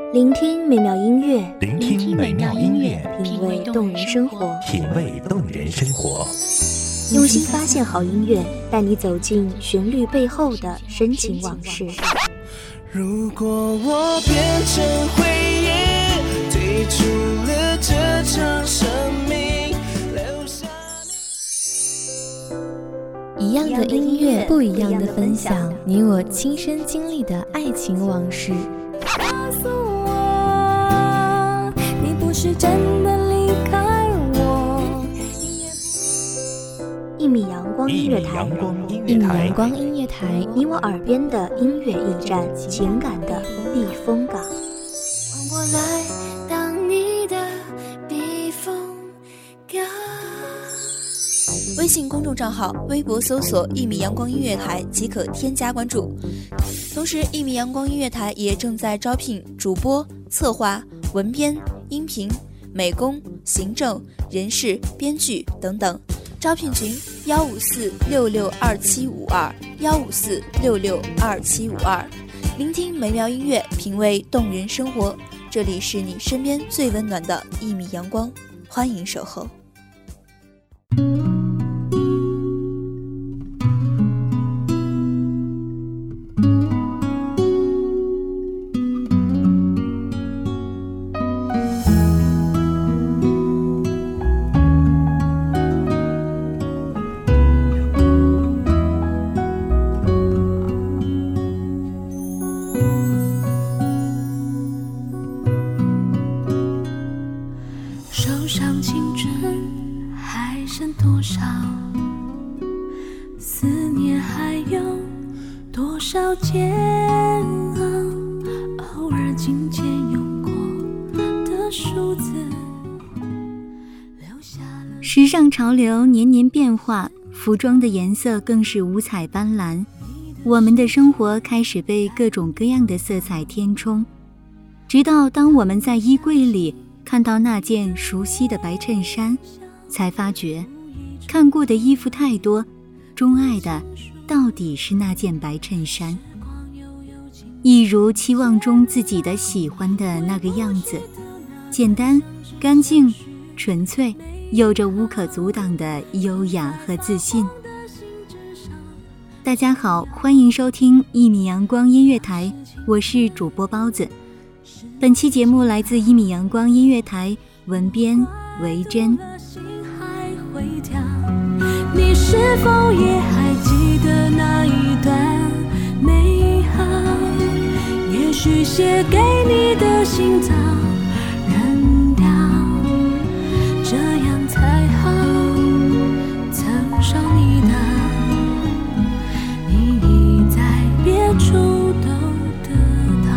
聆听美妙音乐， 聆听美妙音乐， 品味动人生活， 品味动人生活。 用心发现好音乐，带你走进旋律背后的深情往事。 如果我变成回忆，退出了这场生命，留下一样的音乐，不一样的分享，你我亲身经历的爱情往事。 告诉我，你不是真的离开我。 一米阳光音乐台， 一米阳光音乐台， 你我耳边的音乐驿站，情感的避风港。 换我来当你的避风港。 微信公众账号、微博搜索“一米阳光音乐台”即可添加关注。同时，一米阳光音乐台也正在招聘主播、策划、文编、音频、美工、行政、人事、编剧等等。招聘群154662752，154662752。聆听美妙音乐，品味动人生活。这里是你身边最温暖的一米阳光，欢迎守候。 上青春还剩多少？思念还有多少煎熬？偶尔金钱用过的数字，留下了。 时尚潮流年年变化，服装的颜色更是五彩斑斓。我们的生活开始被各种各样的色彩填充，直到当我们在衣柜里看到那件熟悉的白衬衫，才发觉看过的衣服太多，钟爱的到底是那件白衬衫。一如期望中自己的喜欢的那个样子，简单、干净、纯粹，有着无可阻挡的优雅和自信。大家好，欢迎收听一米阳光音乐台，我是主播包子。本期节目来自一米阳光音乐台，文编维珍。 你是否也还记得那一段美好？也许写给你的信早扔掉，这样才好。曾伤你的，你已在别处都得到。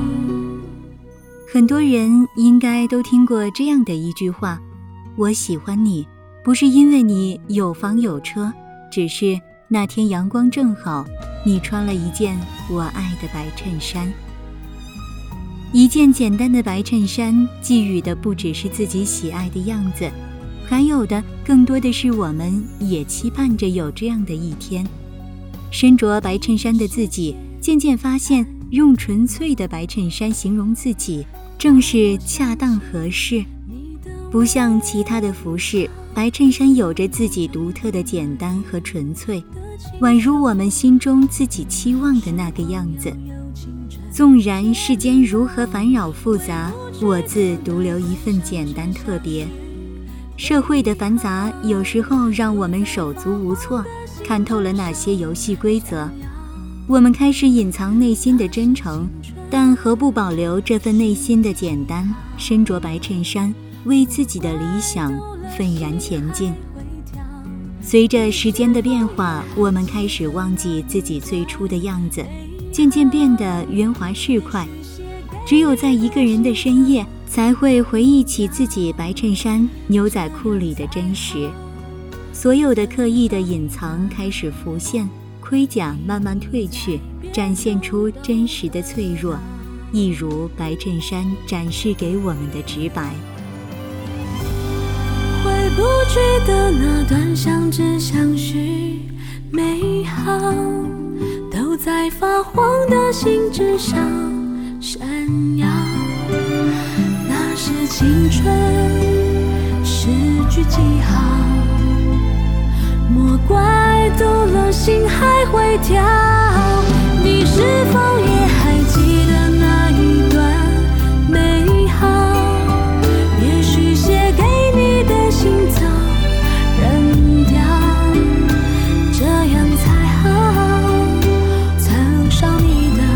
很多人应该都听过这样的一句话：我喜欢你，不是因为你有房有车，只是那天阳光正好，你穿了一件我爱的白衬衫。一件简单的白衬衫，寄予的不只是自己喜爱的样子，还有的更多的是我们也期盼着有这样的一天。身着白衬衫的自己，渐渐发现用纯粹的白衬衫形容自己，正是恰当合适。不像其他的服饰，白衬衫有着自己独特的简单和纯粹，宛如我们心中自己期望的那个样子。纵然世间如何烦扰复杂，我自独留一份简单特别。社会的繁杂有时候让我们手足无措，看透了那些游戏规则，我们开始隐藏内心的真诚，但何不保留这份内心的简单，身着白衬衫，为自己的理想愤然前进。随着时间的变化，我们开始忘记自己最初的样子，渐渐变得圆滑市侩。只有在一个人的深夜，才会回忆起自己白衬衫、牛仔裤里的真实。所有的刻意的隐藏开始浮现，盔甲慢慢褪去，展现出真实的脆弱，一如白衬衫展示给我们的直白。 回不去的那段相知相许美好，都在发黄的信纸上闪耀。 青春诗句记号，莫怪读了心还会跳。你是否也还记得那一段美好？也许写给你的信早扔掉，这样才好。曾伤你的，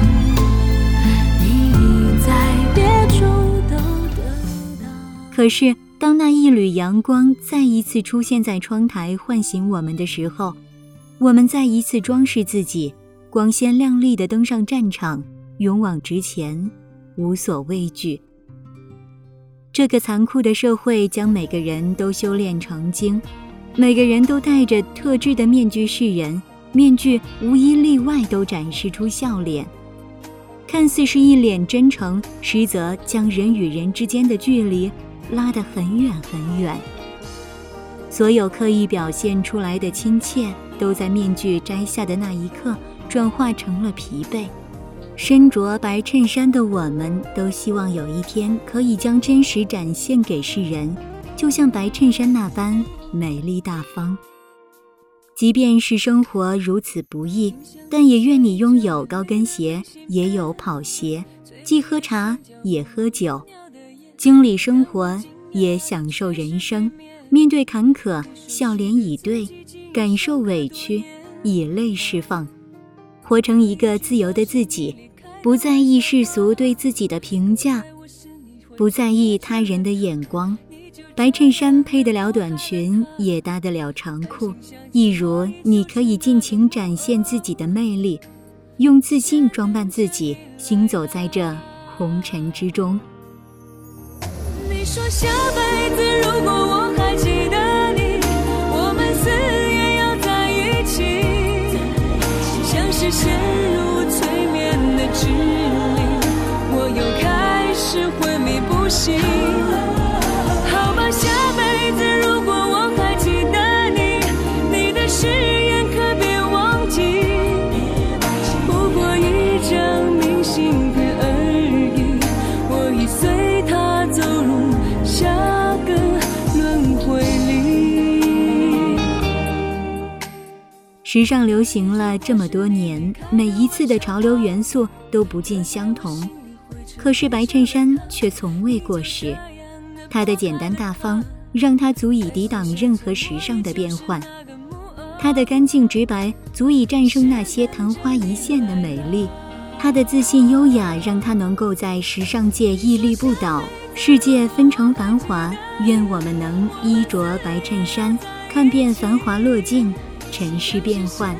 你在别处都得到。 可是当那一缕阳光再一次出现在窗台唤醒我们的时候，我们再一次装饰自己，光鲜亮丽地登上战场，勇往直前，无所畏惧。这个残酷的社会将每个人都修炼成精，每个人都戴着特制的面具示人，面具无一例外都展示出笑脸，看似是一脸真诚，实则将人与人之间的距离拉得很远很远。所有刻意表现出来的亲切，都在面具摘下的那一刻转化成了疲惫。身着白衬衫的我们都希望有一天可以将真实展现给世人，就像白衬衫那般美丽大方。即便是生活如此不易，但也愿你拥有高跟鞋，也有跑鞋，既喝茶也喝酒，经历生活也享受人生，面对坎坷笑脸以对，感受委屈以泪释放，活成一个自由的自己，不在意世俗对自己的评价，不在意他人的眼光。白衬衫配得了短裙，也搭得了长裤，一如你可以尽情展现自己的魅力，用自信装扮自己，行走在这红尘之中。 你说下辈子如果我还记得你，我们死也要在一起，像是陷入催眠的指令，我又开始昏迷不醒。好吧，下辈子如果我还记得你，你的誓言可别忘记，不过一张明信片而已，我已随它走入下个轮回里。 时尚流行了这么多年，每一次的潮流元素都不尽相同，可是白衬衫却从未过时。它的简单大方让它足以抵挡任何时尚的变换，它的干净直白足以战胜那些昙花一现的美丽，它的自信优雅让它能够在时尚界屹立不倒。世界纷呈繁华，愿我们能衣着白衬衫，看遍繁华落尽，尘世变幻。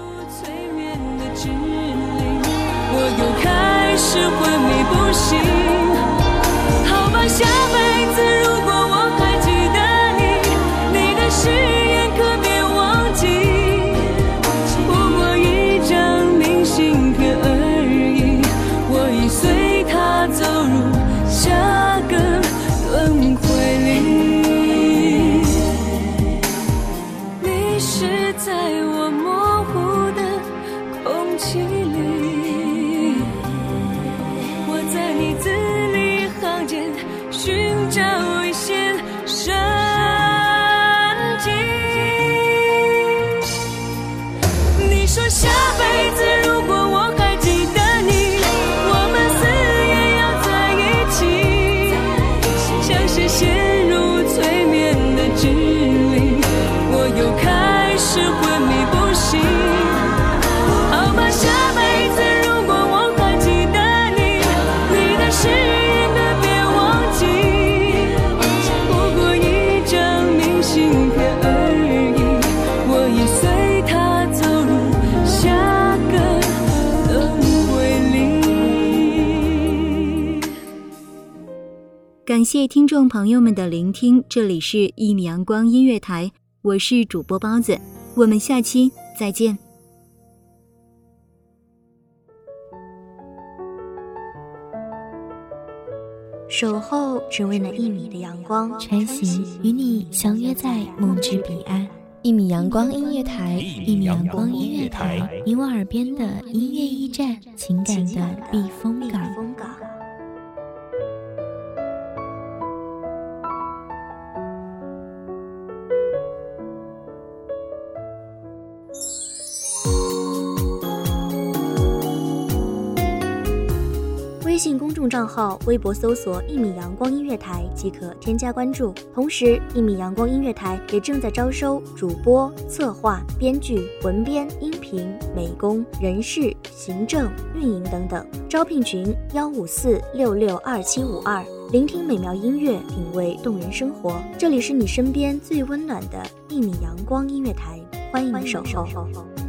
我又开始昏迷不醒。好吧，下辈子如果我还记得你，你的誓言可别忘记，不过一张明信片而已，我已随它走入下个轮回里。你是在我模糊的空气里，我在你字里行间寻找一线生机。你说下辈子如果我还记得你，我们死也要在一起，像是陷入催眠的指令，我又开始昏迷不醒。好吧，下辈子如果我还记得你，你的誓言可别忘记，不过一张明信片而已，我已随它走入下个轮回里。 感谢听众朋友们的聆听，这里是一米阳光音乐台，我是主播包子，我们下期再见。 守候只为那1米的阳光， 穿行与你相约在梦之彼岸。1米阳光音乐台，1米阳光音乐台，你我耳边的音乐驿站，情感的避风港。 信公众账号、微博搜索1米阳光音乐台即可添加关注。同时，1米阳光音乐台也正在招收主播、策划、编剧、文编、音频、美工、人事、行政、运营等等。招聘群154662752。聆听美妙音乐，品味动人生活。这里是你身边最温暖的1米阳光音乐台，欢迎守候。